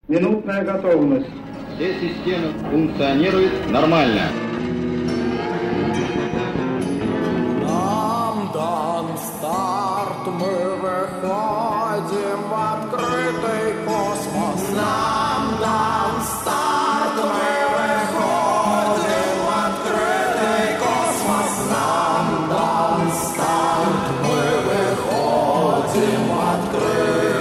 Минутная готовность. Все системы функционируют нормально. Нам дан старт, мы выходим в открытый космос. Нам дан старт, мы выходим в открытый космос. Нам дан старт, мы выходим в открытый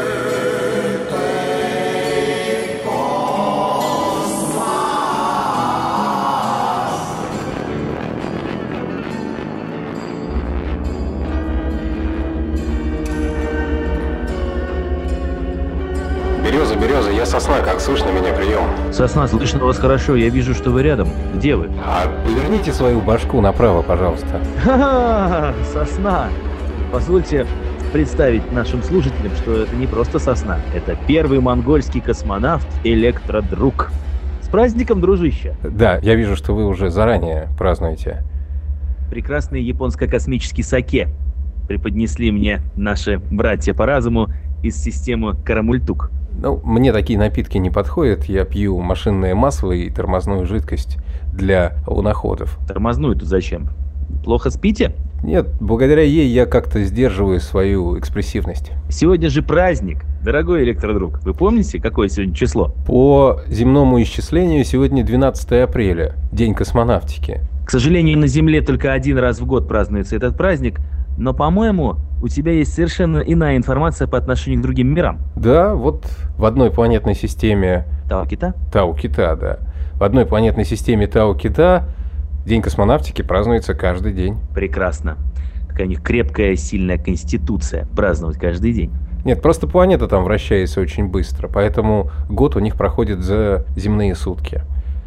Береза, я Сосна, как слышно меня, прием? Сосна, слышно вас хорошо, я вижу, что вы рядом. Где вы? Поверните свою башку направо, пожалуйста. Ха-ха, Сосна! Позвольте представить нашим слушателям, что это не просто Сосна. Это первый монгольский космонавт Электродруг. С праздником, дружище! Да, я вижу, что вы уже заранее празднуете. Прекрасный японско-космический саке преподнесли мне наши братья по разуму из системы Карамультук. Ну, мне такие напитки не подходят. Я пью машинное масло и тормозную жидкость для луноходов. Тормозную тут зачем? Плохо спите? Нет, благодаря ей я как-то сдерживаю свою экспрессивность. Сегодня же праздник, дорогой Электродруг. Вы помните, какое сегодня число? По земному исчислению сегодня 12 апреля, День космонавтики. К сожалению, на Земле только один раз в год празднуется этот праздник, но, по-моему, у тебя есть совершенно иная информация по отношению к другим мирам. Да, вот в одной планетной системе... Тау-Кита? Тау-Кита, да. В одной планетной системе Тау-Кита День космонавтики празднуется каждый день. Прекрасно. Такая у них крепкая, сильная конституция. Праздновать каждый день. Нет, просто планета там вращается очень быстро, поэтому год у них проходит за земные сутки.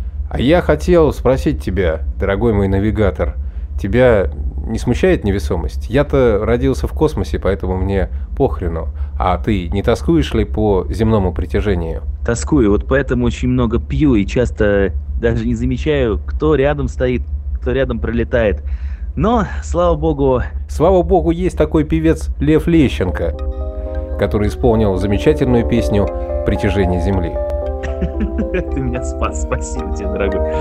А я хотел спросить тебя, дорогой мой навигатор, тебя не смущает невесомость? Я-то родился в космосе, поэтому мне похрену. А ты не тоскуешь ли по земному притяжению? Тоскую, вот поэтому очень много пью и часто даже не замечаю, кто рядом стоит, кто рядом пролетает. Но, слава богу... Слава богу, есть такой певец Лев Лещенко, который исполнил замечательную песню «Притяжение Земли». Ты меня спас, спасибо тебе, дорогой.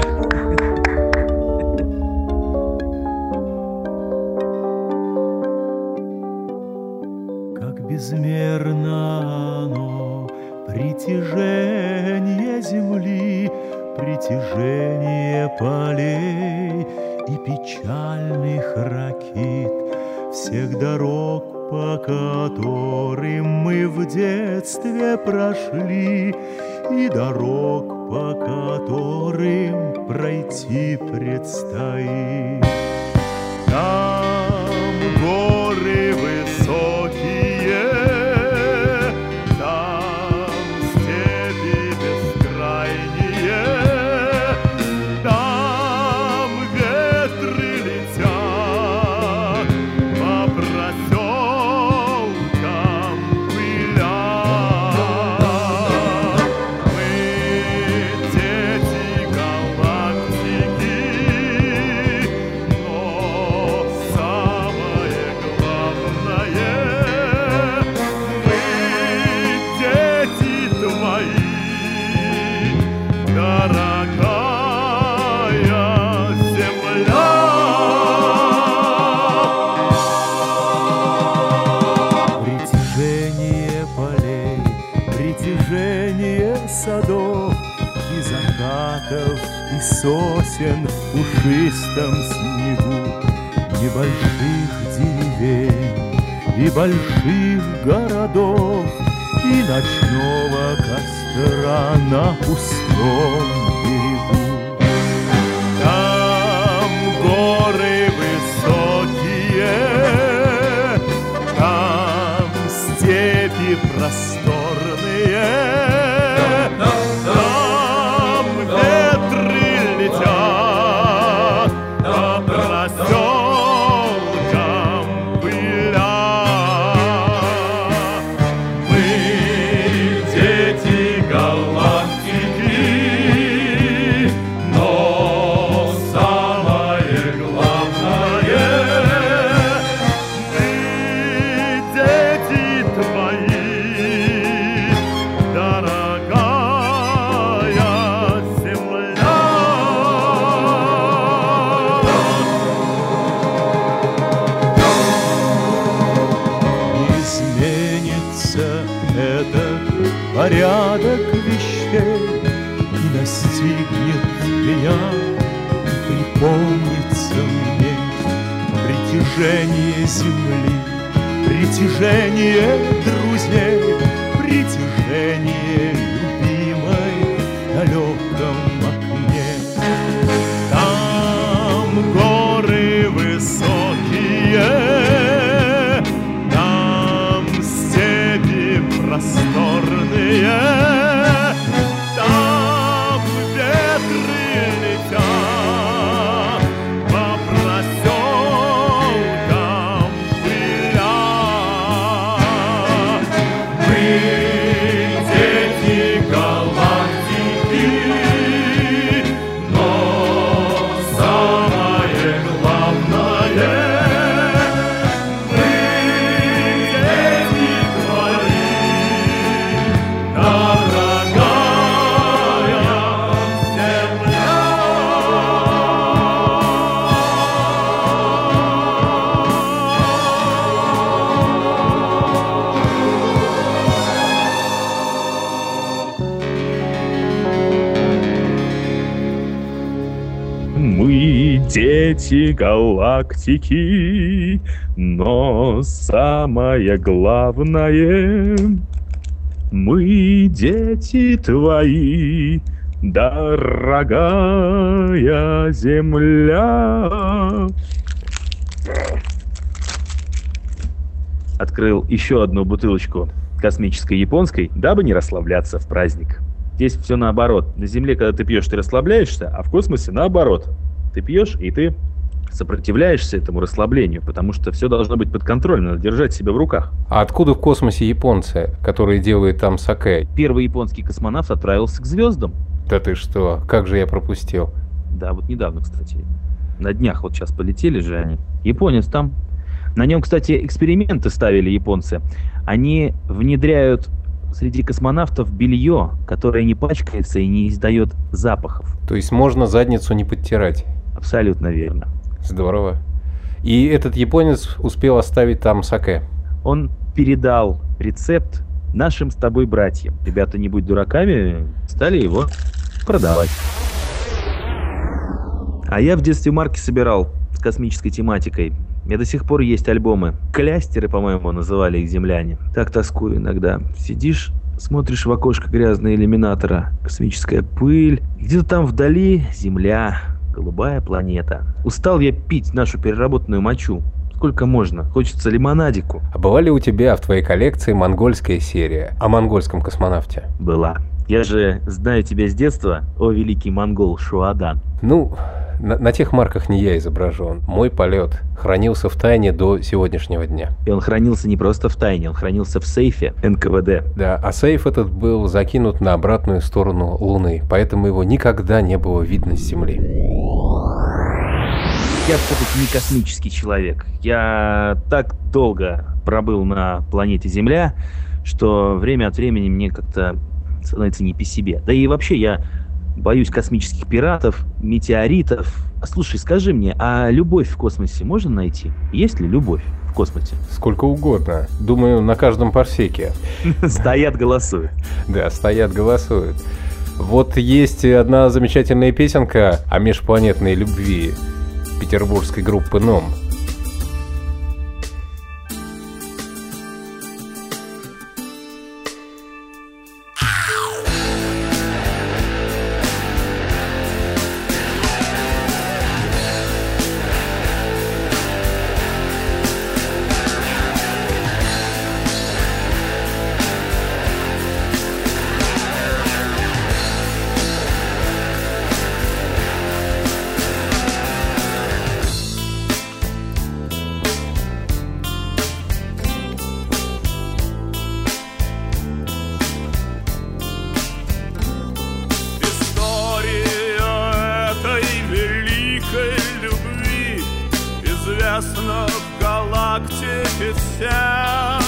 Безмерно оно, притяжение земли, притяжение полей и печальных ракит, всех дорог, по которым мы в детстве прошли, и дорог, по которым пройти предстоит. Там горы высокие, сосен в пушистом снегу, небольших деревень и больших городов, и ночного костра на пустом берегу. Там горы высокие, там степи просторные, галактики. список вещей, и настигнет меня, и припомнится мне притяжение земли, притяжение друзей, притяжение любимой в далеком окне. Там горы высокие, там степи просторные, там ветры летят по проселкам пыля. Мы дети галактики, но самое главное — мы дети твои, дорогая Мы дети галактики, но самое главное — мы дети твои, дорогая Земля. Открыл еще одну бутылочку космической японской, дабы не расслабляться в праздник. Здесь все наоборот. На Земле, когда ты пьешь, ты расслабляешься, а в космосе наоборот. Ты пьешь, и ты сопротивляешься этому расслаблению, потому что все должно быть под контролем, надо держать себя в руках. А откуда в космосе японцы, которые делают там саке? Первый японский космонавт отправился к звездам. Да ты что, как же я пропустил? Да, вот недавно, кстати. На днях вот сейчас полетели же они. Японец там. На нем, кстати, эксперименты ставили японцы. Они внедряют среди космонавтов белье, которое не пачкается и не издает запахов. То есть можно задницу не подтирать? Абсолютно верно. Здорово. И этот японец успел оставить там саке? Он передал рецепт нашим с тобой братьям. Ребята, не будь дураками, стали его продавать. А я в детстве марки собирал с космической тематикой. У меня до сих пор есть альбомы. Клястеры, по-моему, называли их земляне. Так тоскую иногда. Сидишь, смотришь в окошко грязное иллюминатора. Космическая пыль. Где-то там вдали Земля. Голубая планета. Устал я пить нашу переработанную мочу. Сколько можно? Хочется лимонадику. А была ли у тебя в твоей коллекции монгольская серия о монгольском космонавте? Была. Я же знаю тебя с детства, о великий монгол Шуадан. Ну, на тех марках не я изображен. Мой полет хранился в тайне до сегодняшнего дня. И он хранился не просто в тайне, он хранился в сейфе НКВД. Да, а сейф этот был закинут на обратную сторону Луны, поэтому его никогда не было видно с Земли. Я все-таки не космический человек. Я так долго пробыл на планете Земля, что время от времени мне как-то становится не по себе. Да и вообще я боюсь космических пиратов, метеоритов. Слушай, скажи мне, а любовь в космосе можно найти? Есть ли любовь в космосе? Сколько угодно. Думаю, на каждом парсеке. Стоят, голосуют. Да, стоят, голосуют. Вот есть одна замечательная песенка о межпланетной любви петербургской группы «Ном». известно в галактике всем.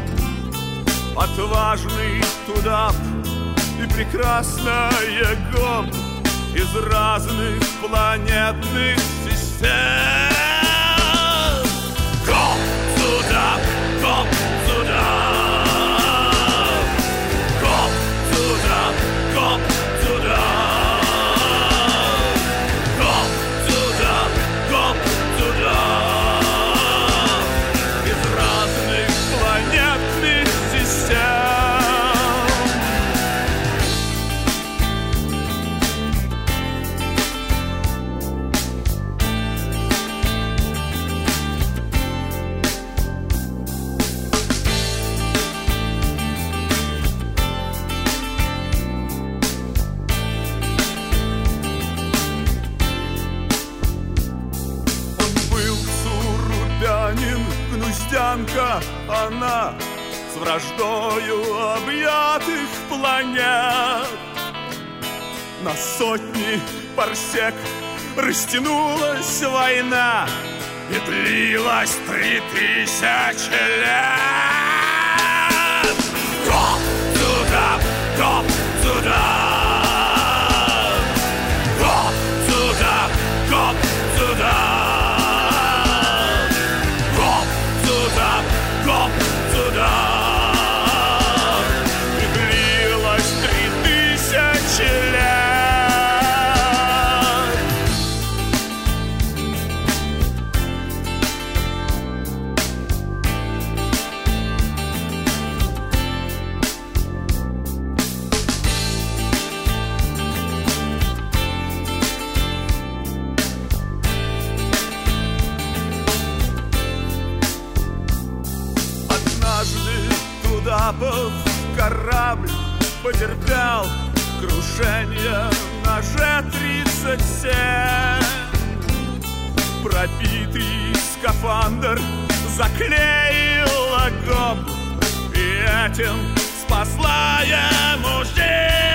Отважный туда и прекрасная год из разных планетных систем. Гоп туда, гоп туда, гоп туда. только она с враждою объятых планет. На сотни парсек растянулась война и длилась 3000 лет. Гоп туда, гоп туда, гоп туда, гоп туда, гоп туда, гоп туда. И длилась 3000 лет. Корабль потерпел крушение на Ж-37. Пробитый скафандр заклеил огонь, и этим спасла ему жизнь.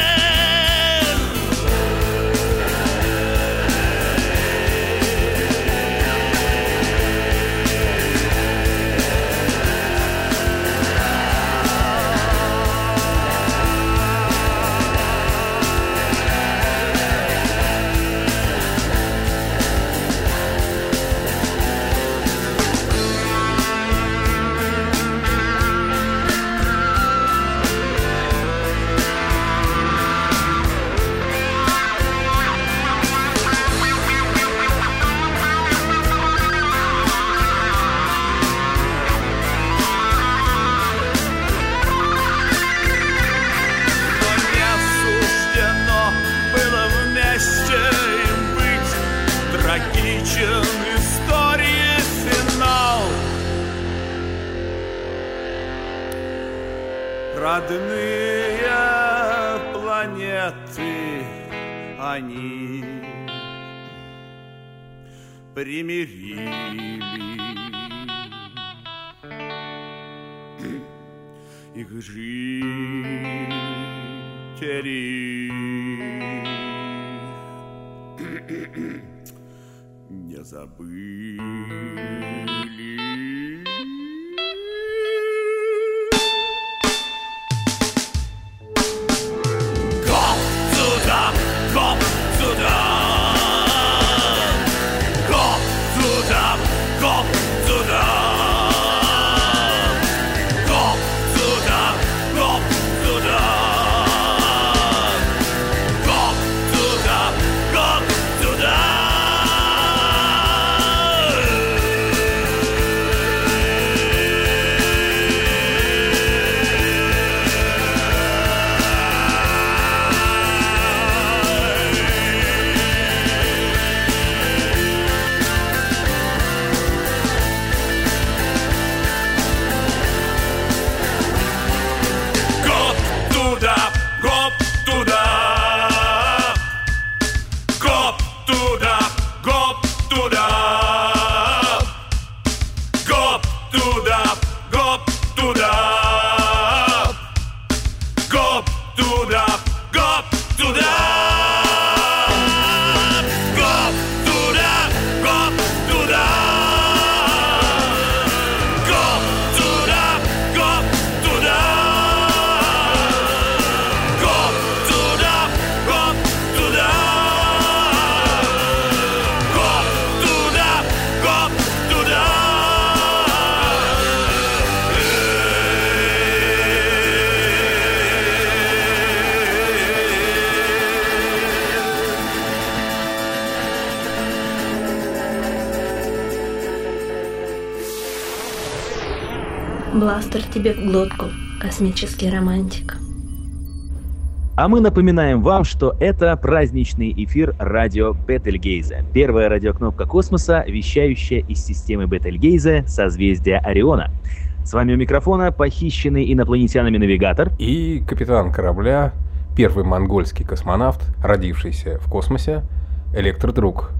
Истории финал. Родные планеты, они примирили их жителей. Не забыли. Гоп туда, гоп туда, гоп туда, гоп туда, гоп туда, гоп туда, гоп туда, гоп туда. Бластер тебе в глотку, космический романтик. А мы напоминаем вам, что это праздничный эфир радио Бетельгейзе. Первая радиокнопка космоса, вещающая из системы Бетельгейзе, созвездия Ориона. С вами у микрофона похищенный инопланетянами навигатор и капитан корабля, первый монгольский космонавт, родившийся в космосе, Электродруг.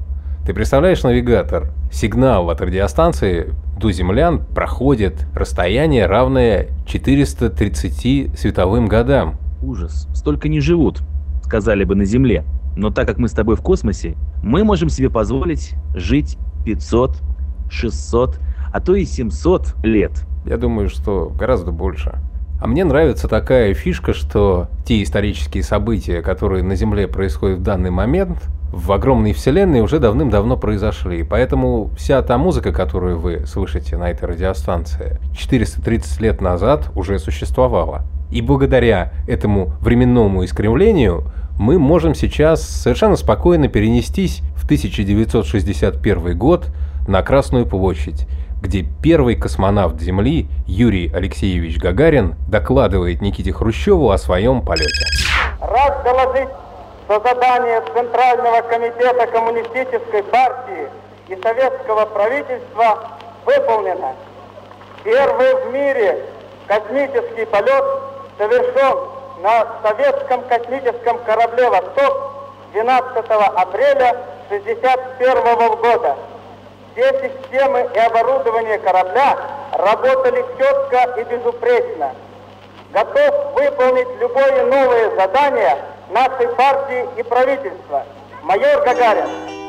Ты представляешь, навигатор, сигнал от радиостанции до землян проходит расстояние, равное 430 световым годам. Ужас. Столько не живут, сказали бы на Земле. Но так как мы с тобой в космосе, мы можем себе позволить жить 500, 600, а то и 700 лет. Я думаю, что гораздо больше. А мне нравится такая фишка, что те исторические события, которые на Земле происходят в данный момент, в огромной вселенной уже давным-давно произошли. Поэтому вся та музыка, которую вы слышите на этой радиостанции, 430 лет назад уже существовала. И благодаря этому временному искривлению мы можем сейчас совершенно спокойно перенестись в 1961 год на Красную площадь, где первый космонавт Земли Юрий Алексеевич Гагарин докладывает Никите Хрущеву о своем полете. Рад доложить, что задание Центрального комитета Коммунистической партии и советского правительства выполнено. Первый в мире космический полет совершен на советском космическом корабле «Восток» 12 апреля 1961 года. Все системы и оборудование корабля работали четко и безупречно. Готов выполнить любое новое задание нашей партии и правительства. Майор Гагарин.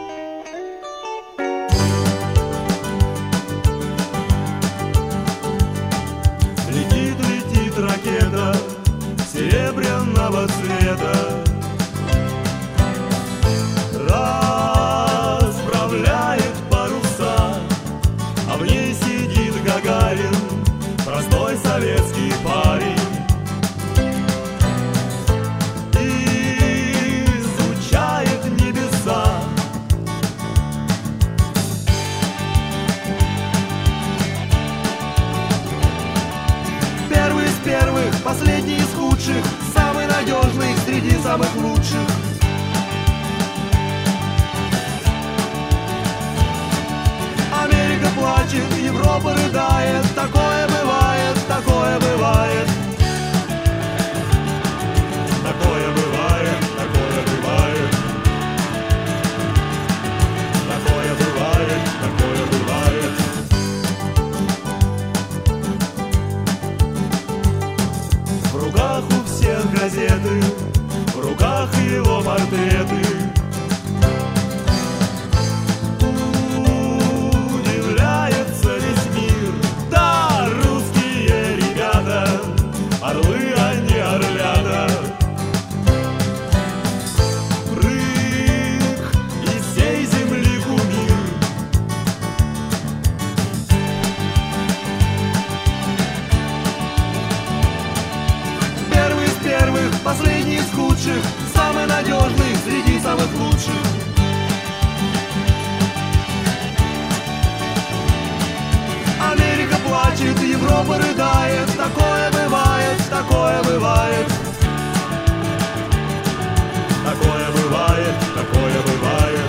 Летит, летит ракета серебряного цвета, расправляет паруса, а в ней сидит Гагарин, простой советский парень, и изучает небеса. Первый из первых, последний из худших, самый надежный среди самых лучших. Америка плачет, Европа рыдает, такое бывает, такое бывает. Такое бывает, такое бывает. Такое бывает, такое бывает. В руках у всех газеты, в руках его портреты. Удивляется весь мир, да, русские ребята, орлы, а не орлята. Прыг из всей земли кумир. Первый из первых, последний из худших, самый надежный среди самых лучших. Америка плачет, Европа рыдает, такое бывает, такое бывает. Такое бывает, такое бывает.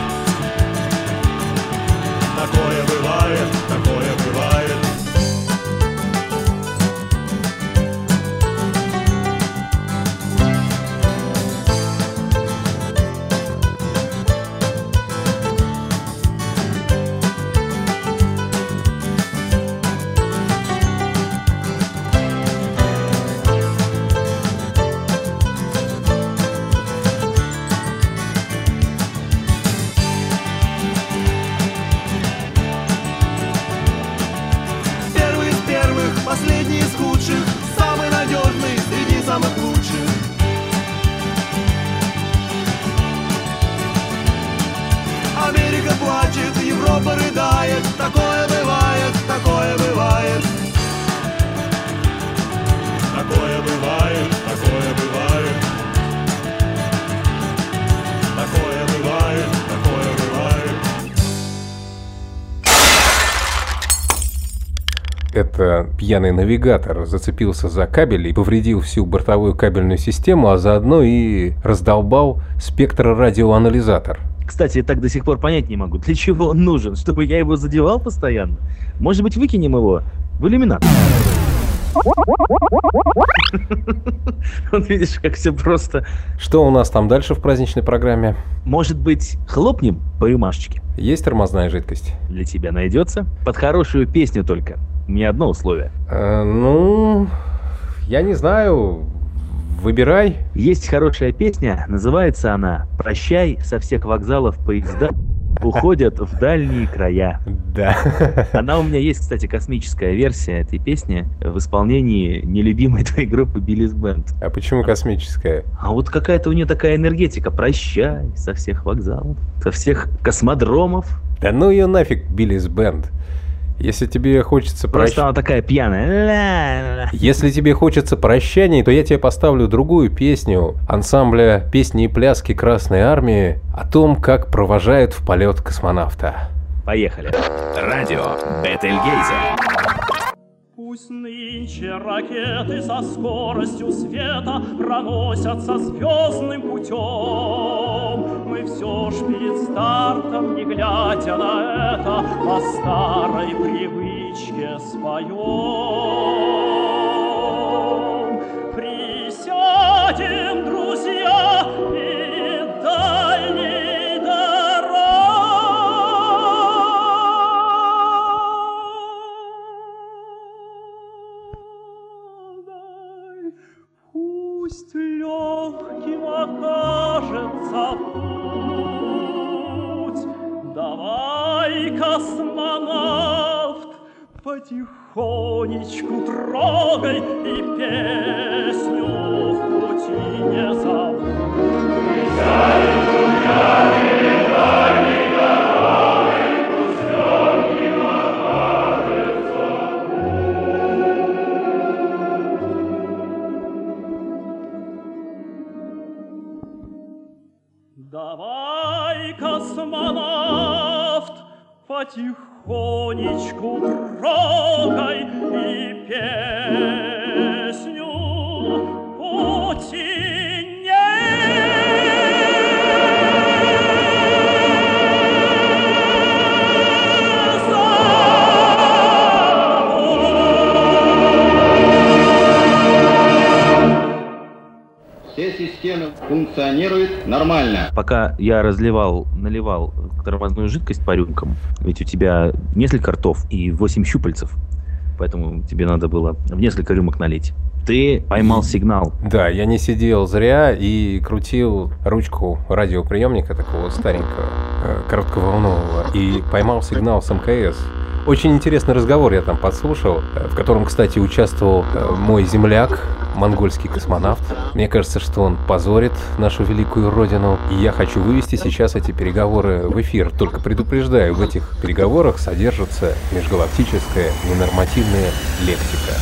Такое бывает, такое бывает. Первый из первых, последний из худших, самый надежный среди самых лучших. Америка плачет, Европа рыдает, такое бывает, такое бывает. Такое бывает, такое бывает. Такое бывает, такое бывает. Это пьяный навигатор зацепился за кабель и повредил всю бортовую кабельную систему, а заодно и раздолбал спектрорадиоанализатор. Кстати, я так до сих пор понять не могу, для чего он нужен, чтобы я его задевал постоянно? Может быть, выкинем его в иллюминатор? Вот видишь, как все просто. Что у нас там дальше в праздничной программе? Может быть, хлопнем по рюмашечке? Есть тормозная жидкость? Для тебя найдется. Под хорошую песню только. У меня одно условие. Ну, я не знаю. Выбирай. Есть хорошая песня, называется она «Прощай, со всех вокзалов поезда уходят в дальние края». Да. Она у меня есть, кстати, космическая версия этой песни в исполнении нелюбимой твоей группы Биллис Бенд. А почему космическая? А вот какая-то у нее такая энергетика. «Прощай, со всех вокзалов, со всех космодромов». Да ну ее нафиг, Биллис Бенд. Если тебе хочется Просто она такая пьяная. Если тебе хочется прощаний, то я тебе поставлю другую песню ансамбля «Песни и пляски Красной Армии» о том, как провожают в полет космонавта. Поехали. Радио Бетельгейзе. Пусть нынче ракеты со скоростью света проносятся звездным путем, мы все ж перед стартом, не глядя на это, по старой привычке споем. Присядем, друзья, перед дальней дорогой. Пусть легким окажется путь, давай, космонавт, потихонечку трогай и песню в пути не забудь. Давай, космонавт, потихонечку трогай и песню пути не Все системы функционируют нормально. Пока я наливал тормозную жидкость по рюмкам, ведь у тебя несколько ртов и 8 щупальцев, поэтому тебе надо было в несколько рюмок налить. Ты поймал сигнал. Да, я не сидел зря и крутил ручку радиоприемника такого старенького, коротковолнового, и поймал сигнал с МКС. Очень интересный разговор я там подслушал, в котором, кстати, участвовал мой земляк, монгольский космонавт. Мне кажется, что он позорит нашу великую родину. И я хочу вывести сейчас эти переговоры в эфир. Только предупреждаю, в этих переговорах содержится межгалактическая ненормативная лексика.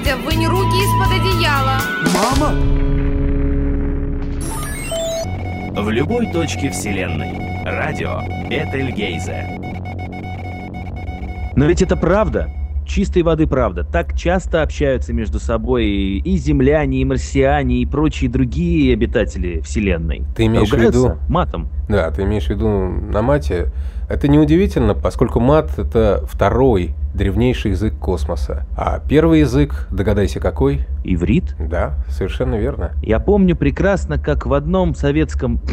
Володя, вынь руки из-под одеяла. Мама! В любой точке Вселенной. Радио Бетельгейзе. Но ведь это правда. Чистой воды правда. Так часто общаются между собой и земляне, и марсиане, и прочие другие обитатели Вселенной. Ты имеешь в виду матом? Да, ты имеешь в виду на мате. Это неудивительно, поскольку мат — это второй древнейший язык космоса. А первый язык, догадайся, какой? Иврит? Да, совершенно верно. Я помню прекрасно, как в одном советском...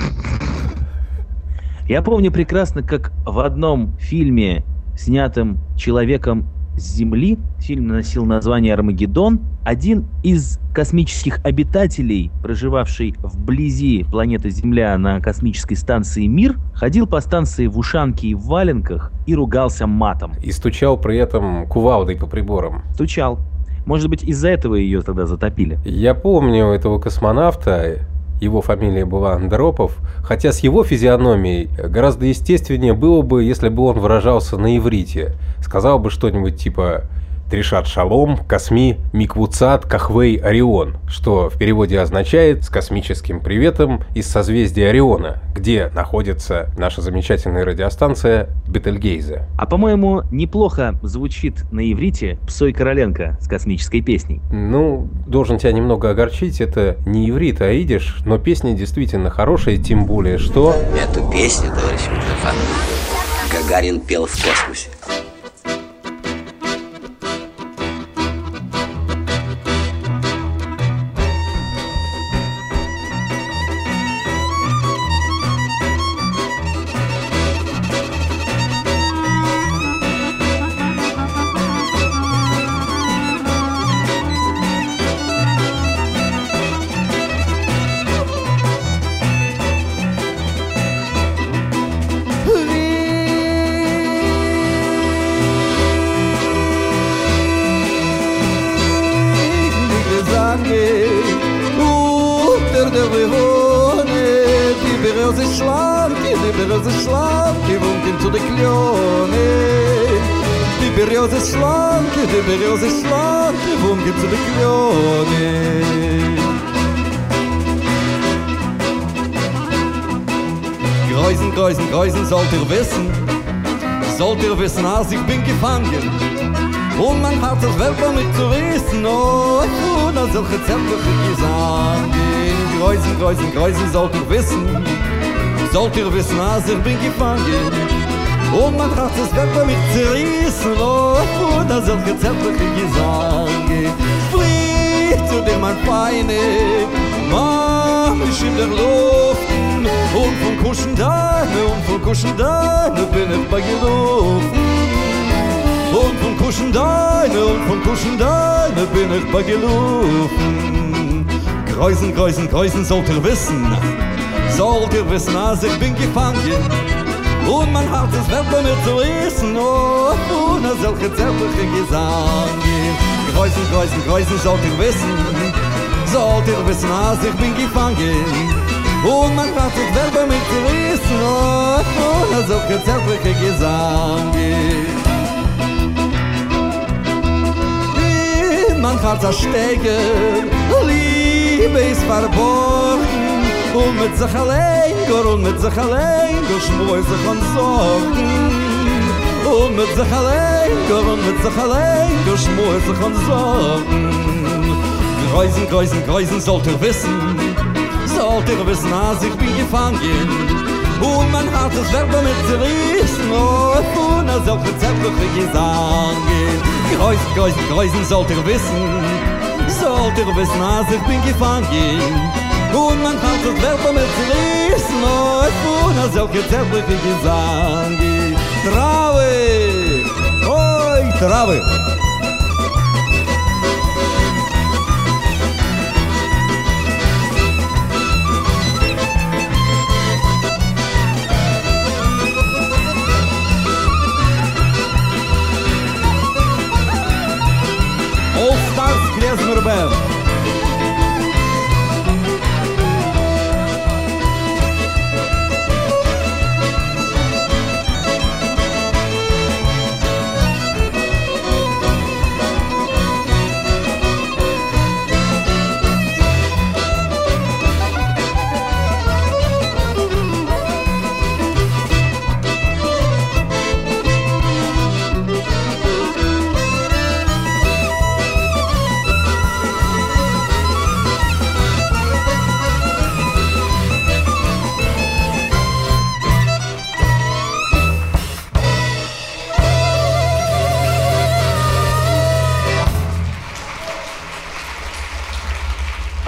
Я помню прекрасно, как в одном фильме, снятом человеком с Земли, фильм носил название «Армагеддон», один из космических обитателей, проживавший вблизи планеты Земля на космической станции «Мир», ходил по станции в ушанке и в валенках и ругался матом. И стучал при этом кувалдой по приборам. Стучал. Может быть, из-за этого ее тогда затопили. Я помню этого космонавта. Его фамилия была Андропов, хотя с его физиономией гораздо естественнее было бы, если бы он выражался на иврите. Сказал бы что-нибудь типа «Тришат шалом, косми, миквуцат, кахвей, Орион», что в переводе означает «с космическим приветом из созвездия Ориона», где находится наша замечательная радиостанция Бетельгейзе. А по-моему, неплохо звучит на иврите Псой Короленко с космической песней. Ну, должен тебя немного огорчить, это не иврит, а идиш, но песня действительно хорошая, тем более, что... Эту песню, товарищ Митрофан, Гагарин пел в космосе. Die Berose schlanke, worum gibt's die Klone? Greusen, sollt ihr wissen, als ich bin gefangen. Und mein Herz ist weltbar mit zu wissen, oh, ich wohne solche zärtliche Gesangen. Greusen, sollt ihr wissen, als ich bin gefangen. Und mein Herz ist weg, mich zerrissen, oh, und da solche zärtliche Gesange. Flieh zu dir, mein Feine, Mann, ich in der Luft. Und von Kuschen deine bin ich bei gerufen. Und von Kuschen deine bin ich bei gerufen. Greusen, sollt ihr wissen, als ich bin gefangen. Und mein Herz ist weg, bei mir zu rissen, oh, ohne solche zärtliche Gesange. Greusen, sollt ihr wissen, als ich bin gefangen. Und mein Herz ist weg, bei mir zu rissen, oh, ohne solche zärtliche Gesange. In mein Herz ersteigen, Liebe ist verborgen. Und mit sich allein, schmui sich an Sorgen. Und mit sich allein, schmui sich an Sorgen. Greusen, sollt ihr wissen, als ich bin gefangen. Und mein Herz ist weg, damit zerrissen, oh, von einer solche zärtliche Gesange. Greusen, sollt ihr wissen, als ich bin gefangen. Und mein Herz ist weg, damit zerrissen, oh, von einer solche zärtliche Gesange. Traue! All Stars Klezmer Band.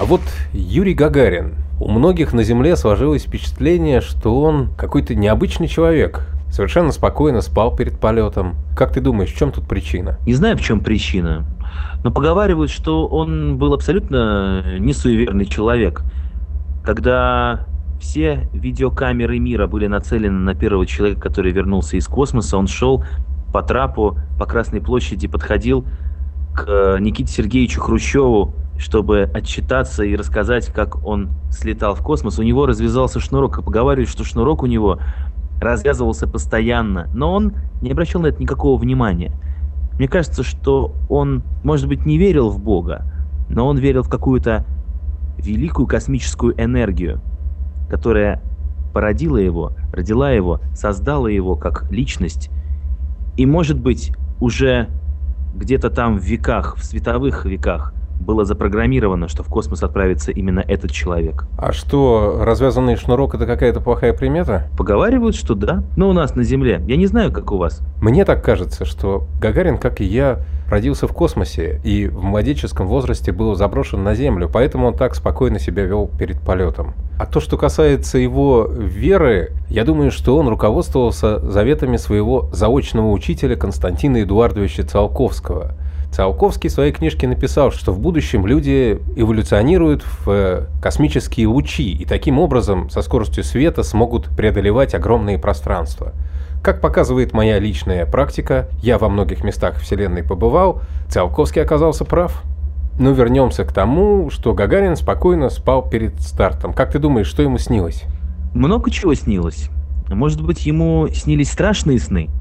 вот Юрий Гагарин. У многих на Земле сложилось впечатление, что он какой-то необычный человек. Совершенно спокойно спал перед полетом. Как ты думаешь, в чем тут причина? Не знаю, в чем причина, но поговаривают, что он был абсолютно не суеверный человек. Когда все видеокамеры мира были нацелены на первого человека, который вернулся из космоса, он шел по трапу, по Красной площади, подходил к Никите Сергеевичу Хрущеву, чтобы отчитаться и рассказать, как он слетал в космос. У него развязался шнурок, и поговаривают, что шнурок у него развязывался постоянно, но он не обращал на это никакого внимания. Мне кажется, что он, может быть, не верил в Бога, но он верил в какую-то великую космическую энергию, которая породила его, родила его, создала его как личность. И, может быть, уже где-то там в веках, в световых веках, было запрограммировано, что в космос отправится именно этот человек. А что, развязанный шнурок — это какая-то плохая примета? Поговаривают, что да. Но у нас на Земле. Я не знаю, как у вас. Мне так кажется, что Гагарин, как и я, родился в космосе и в младенческом возрасте был заброшен на Землю, поэтому он так спокойно себя вел перед полетом. А то, что касается его веры, я думаю, что он руководствовался заветами своего заочного учителя Константина Эдуардовича Циолковского. Циолковский в своей книжке написал, что в будущем люди эволюционируют в космические лучи и таким образом со скоростью света смогут преодолевать огромные пространства. Как показывает моя личная практика, я во многих местах Вселенной побывал, Циолковский оказался прав. Но вернемся к тому, что Гагарин спокойно спал перед стартом. Как ты думаешь, что ему снилось? Много чего снилось. Может быть, ему снились страшные сны?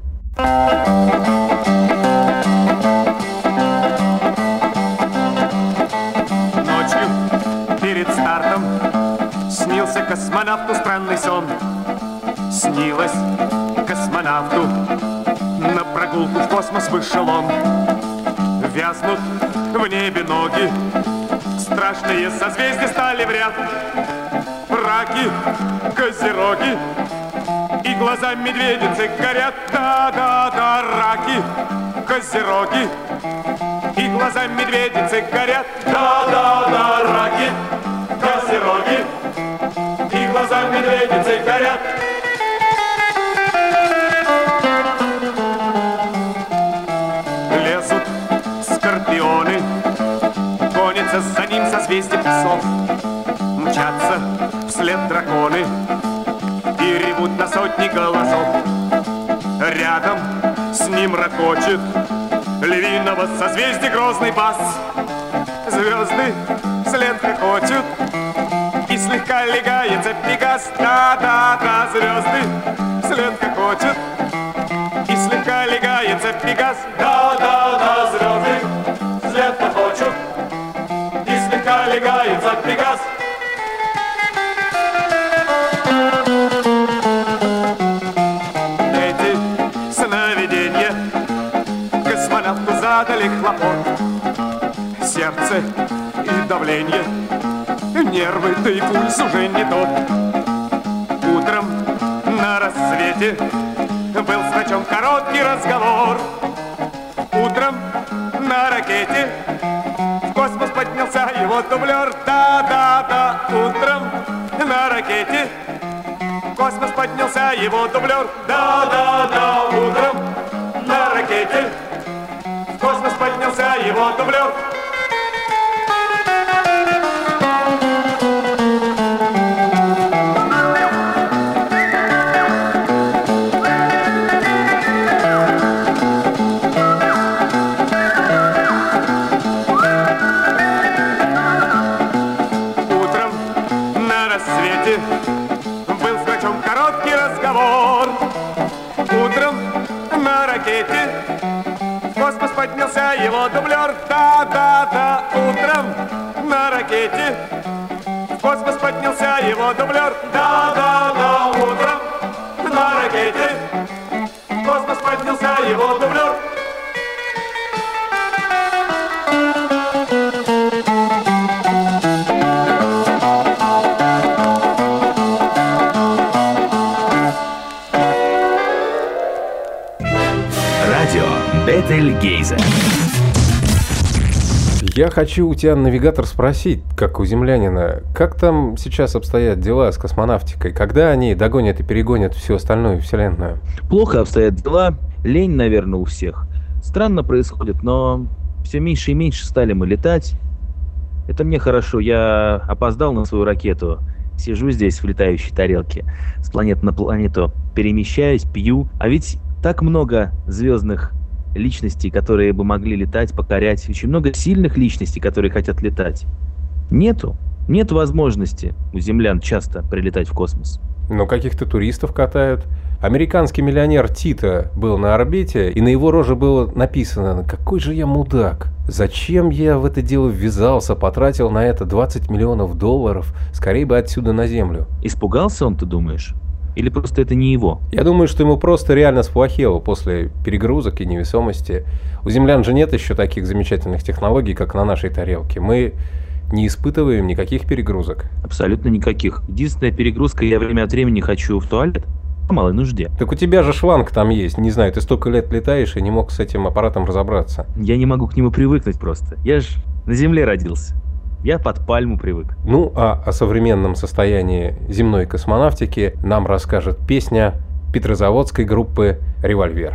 Перед стартом снился космонавту странный сон. Снилось космонавту, на прогулку в космос вышел он. Вязнут в небе ноги, страшные созвездия стали в ряд. Раки, козероги и глаза медведицы горят. Да-да-да, раки, козероги и глаза медведицы горят. Да-да-да, раки, козероги и глаза медведицы горят. Лезут скорпионы, гонятся за ним созвездие псов. Мчатся вслед драконы и ревут на сотни голосов. Рядом с ним ракочет львиного созвездия грозный бас. Звезды вслед хохочут и слегка легается Пегас. Да-да-да, звезды вслед хохочут и слегка легается Пегас. Да-да-да, звезды вслед хохочут и слегка легается Пегас. Эти сновидения космонавту задали хлопот. Сердце и давление, нервы, да и пульс уже не тот. Утром на рассвете был с врачом короткий разговор. Утром на ракете в космос поднялся его дублер. Да-да-да, утром на ракете в космос поднялся его дублер. Да-да-да, утром на ракете в космос поднялся его дублер. Утром на рассвете был с врачом короткий разговор. Утром на ракете в космос поднялся его дублер. Да-да-да, утром на ракете в космос поднялся его дублер. Да-да-да, утром на ракете в космос поднялся его дублер. Радио Бетельгейзе. Я хочу у тебя, навигатор, спросить, как у землянина, как там сейчас обстоят дела с космонавтикой? Когда они догонят и перегонят всю остальную вселенную? Плохо обстоят дела. Лень, наверное, у всех. Странно происходит, но все меньше и меньше стали мы летать. Это мне хорошо. Я опоздал на свою ракету. Сижу здесь в летающей тарелке. С планеты на планету перемещаюсь, пью. А ведь так много звездных личностей, которые бы могли летать, покорять. Очень много сильных личностей, которые хотят летать. Нету возможности у землян часто прилетать в космос. Но каких-то туристов катают. Американский миллионер Тита был на орбите, и на его роже было написано: «Какой же я мудак! Зачем я в это дело ввязался, потратил на это $20 миллионов? Скорее бы отсюда на Землю». Испугался он, ты думаешь? Или просто это не его? Я думаю, что ему просто реально сплохело после перегрузок и невесомости. У землян же нет еще таких замечательных технологий, как на нашей тарелке. Мы не испытываем никаких перегрузок. Абсолютно никаких. Единственная перегрузка, я время от времени хочу в туалет. По малой нужде. Так у тебя же шланг там есть. Не знаю, ты столько лет летаешь и не мог с этим аппаратом разобраться. Я не могу к нему привыкнуть просто. Я же на Земле родился. Я под пальму привык. Ну, а о современном состоянии земной космонавтики нам расскажет песня петрозаводской группы «Револьвер».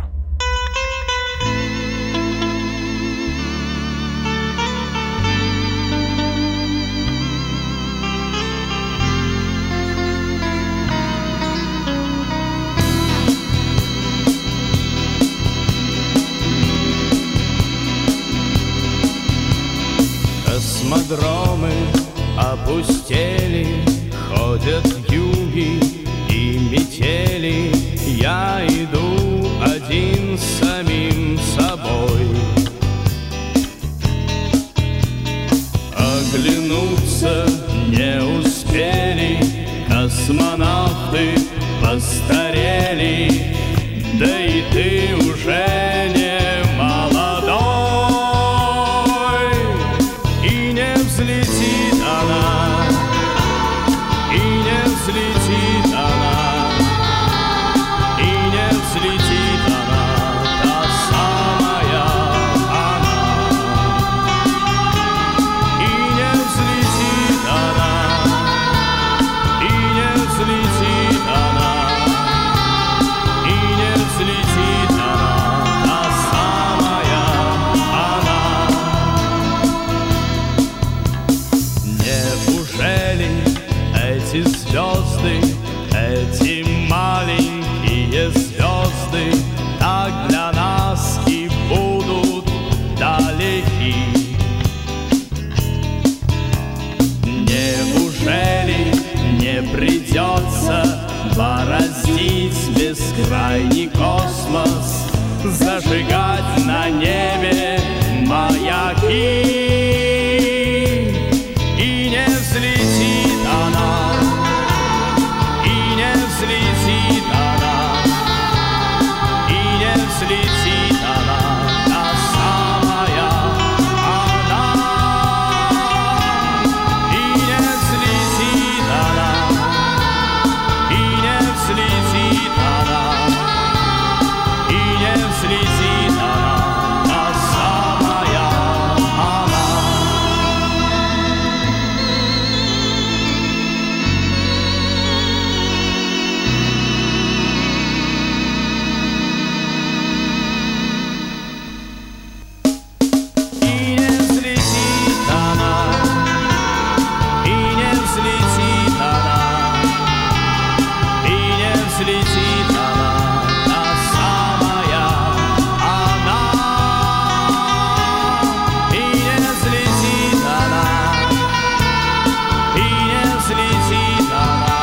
Космодромы опустели, ходят юги и метели. Я иду один с самим собой. Оглянуться не успели, космонавты постарели, да и ты уже не молодой. И не взлетит она, и не взлетит она, и не взлетит она, та самая она. И не взлетит она, и не взлетит она, и не взлетит она, та самая она. Неужели эти звезды, эти маленькие звезды так для нас и будут далеки? Неужели не придется бороздить бескрайний космос, зажигать на небе маяки? И не взлетит она, и не взлетит она, и не взлетит она, та самая она. И не взлетит она, и не взлетит она, и не взлетит она, та самая она. И не взлетит она, и не взлетит она, и не взлетит она, та самая она. И не взлетит она, и не взлетит она.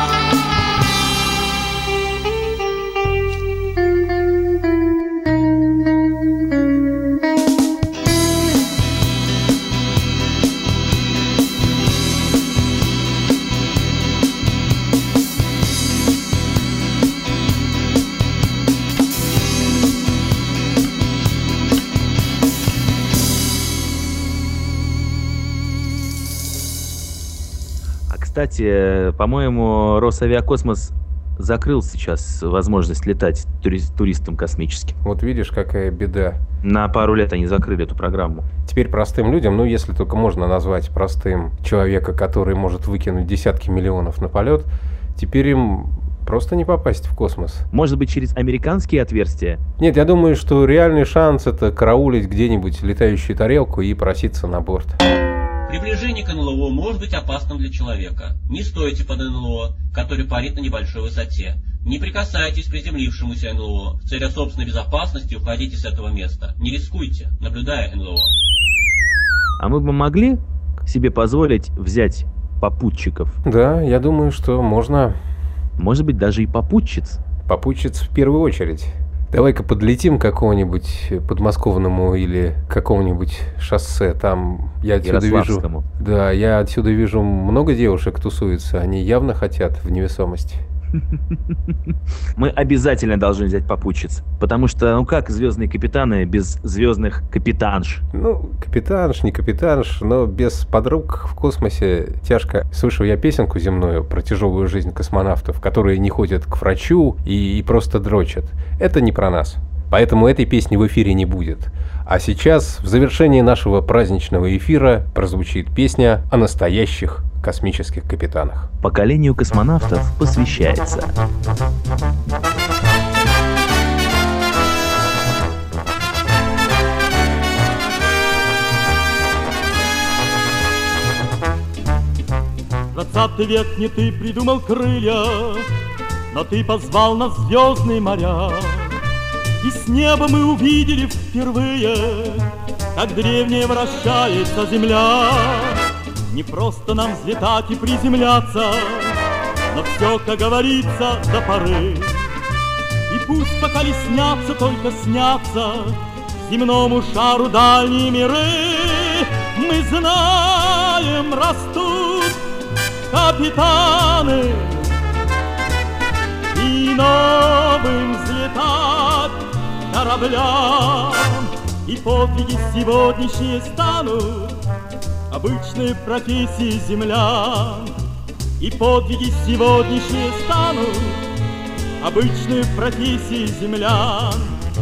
А, кстати, по-моему, Росавиакосмос закрыл сейчас возможность летать туристам космическим. Вот видишь, какая беда. На пару лет они закрыли эту программу. Теперь простым людям, ну, если только можно назвать простым человека, который может выкинуть десятки миллионов на полет, теперь им просто не попасть в космос. Может быть, через американские отверстия? Нет, я думаю, что реальный шанс — это караулить где-нибудь летающую тарелку и проситься на борт. Приближение к НЛО может быть опасным для человека. Не стойте под НЛО, который парит на небольшой высоте. Не прикасайтесь к приземлившемуся НЛО. В целях собственной безопасности уходите с этого места. Не рискуйте, наблюдая НЛО. А мы бы могли себе позволить взять попутчиков? Да, я думаю, что можно. Может быть, даже и попутчиц. Попутчиц в первую очередь. Давай-ка подлетим к какому-нибудь подмосковному или какому-нибудь шоссе. Там я отсюда вижу. Да, я отсюда вижу много девушек тусуются. Они явно хотят в невесомость. Мы обязательно должны взять попутчиц. Потому что, ну как звездные капитаны без звездных капитанш? Ну, капитанш, не капитанш, но без подруг в космосе тяжко. Слышал я песенку земную про тяжелую жизнь космонавтов, которые не ходят к врачу и просто дрочат. Это не про нас. Поэтому этой песни в эфире не будет. А сейчас, в завершении нашего праздничного эфира, прозвучит песня о настоящих космических капитанах. Поколению космонавтов посвящается. Двадцатый век не ты придумал крылья, но ты позвал нас в звездные моря. И с неба мы увидели впервые, как древняя вращается земля. Не просто нам взлетать и приземляться, но все, как говорится, до поры. И пусть пока ли снятся, только снятся земному шару дальние миры. Мы знаем, растут капитаны, и новым взлетать кораблям. И подвиги сегодняшние станут обычной профессией землян. И подвиги сегодняшние станут обычной профессией землян.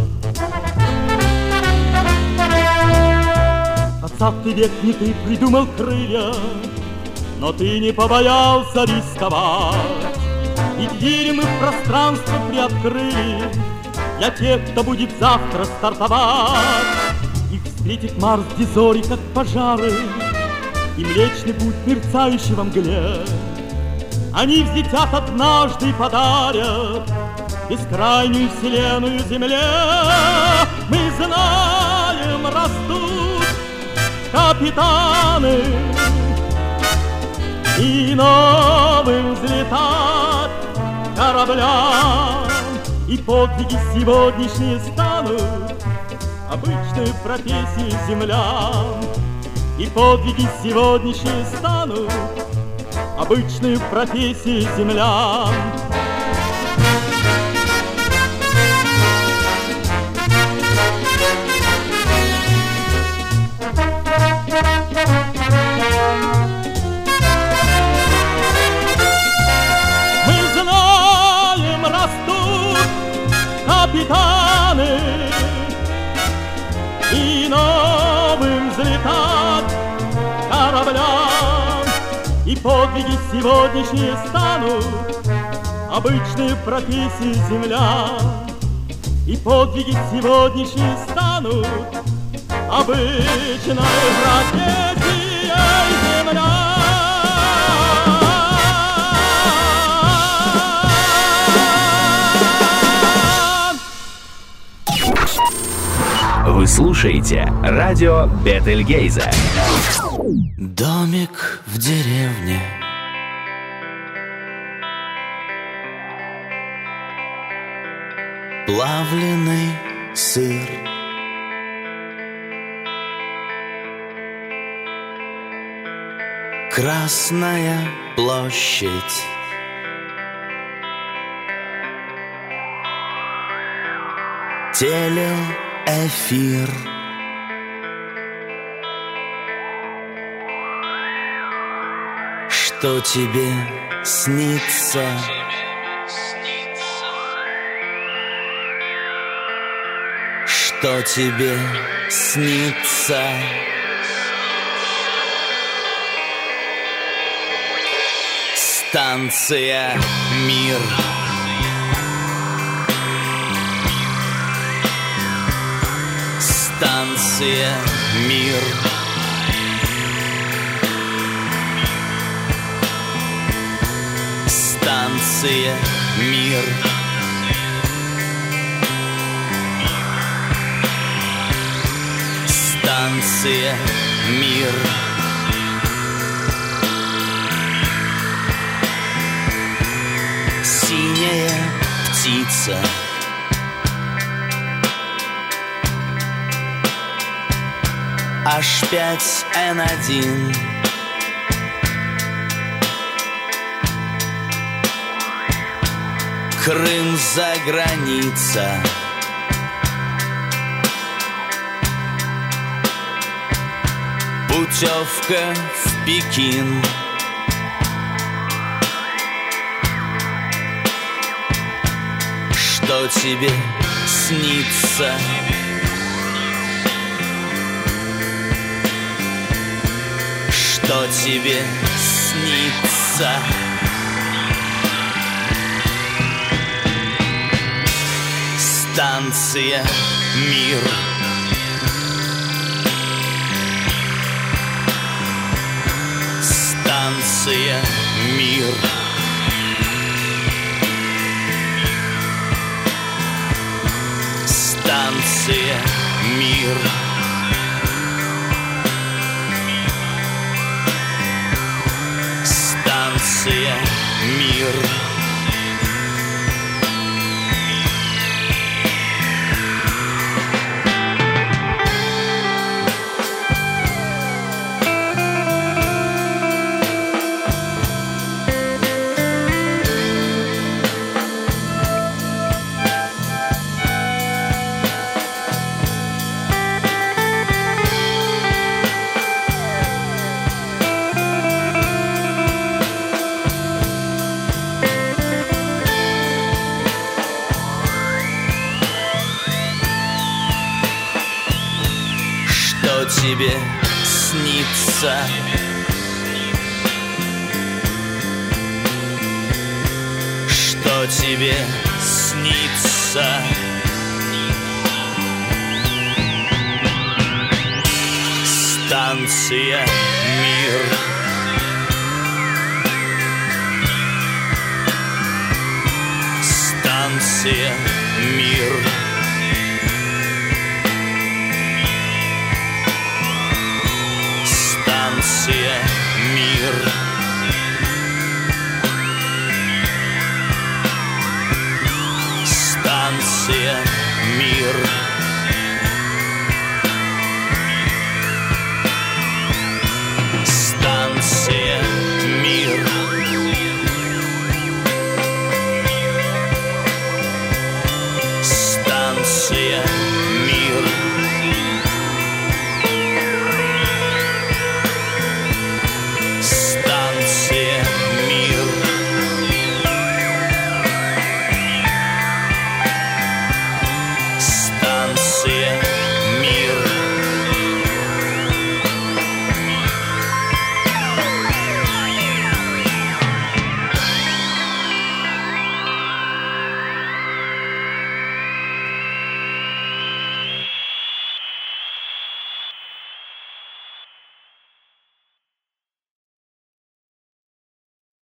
20 век не ты придумал крылья, но ты не побоялся рисковать. И двери мы в пространство приоткрыли для тех, кто будет завтра стартовать. Их встретит Марс, где зори, как пожары, и Млечный Путь, мерцающий во мгле. Они взлетят однажды и подарят бескрайнюю вселенную Земле. Мы знаем, растут капитаны, и новым взлетать кораблям. И подвиги сегодняшние станут обычной профессией землян. И подвиги сегодняшние станут обычной профессией землян. Мы знаем, растут капитаны, и новым взлетать кораблям. И подвиги сегодняшние станут обычной профессией землян. И подвиги сегодняшние станут обычной профессией землян. Вы слушаете радио Бетельгейзе. Домик в деревне, плавленый сыр, Красная площадь, телеэфир. Что тебе снится? что тебе снится. Станция «Мир». Станция «Мир». Станция «Мир». Станция «Мир». Синяя птица. H5N1. Крым за граница. Путевка в Пекин. Что тебе снится? Что тебе снится? Станция «Мир». Станция «Мир». Станция «Мир». Станция «Мир». Что тебе снится? Что тебе снится? Станция «Мир». Станция «Мир».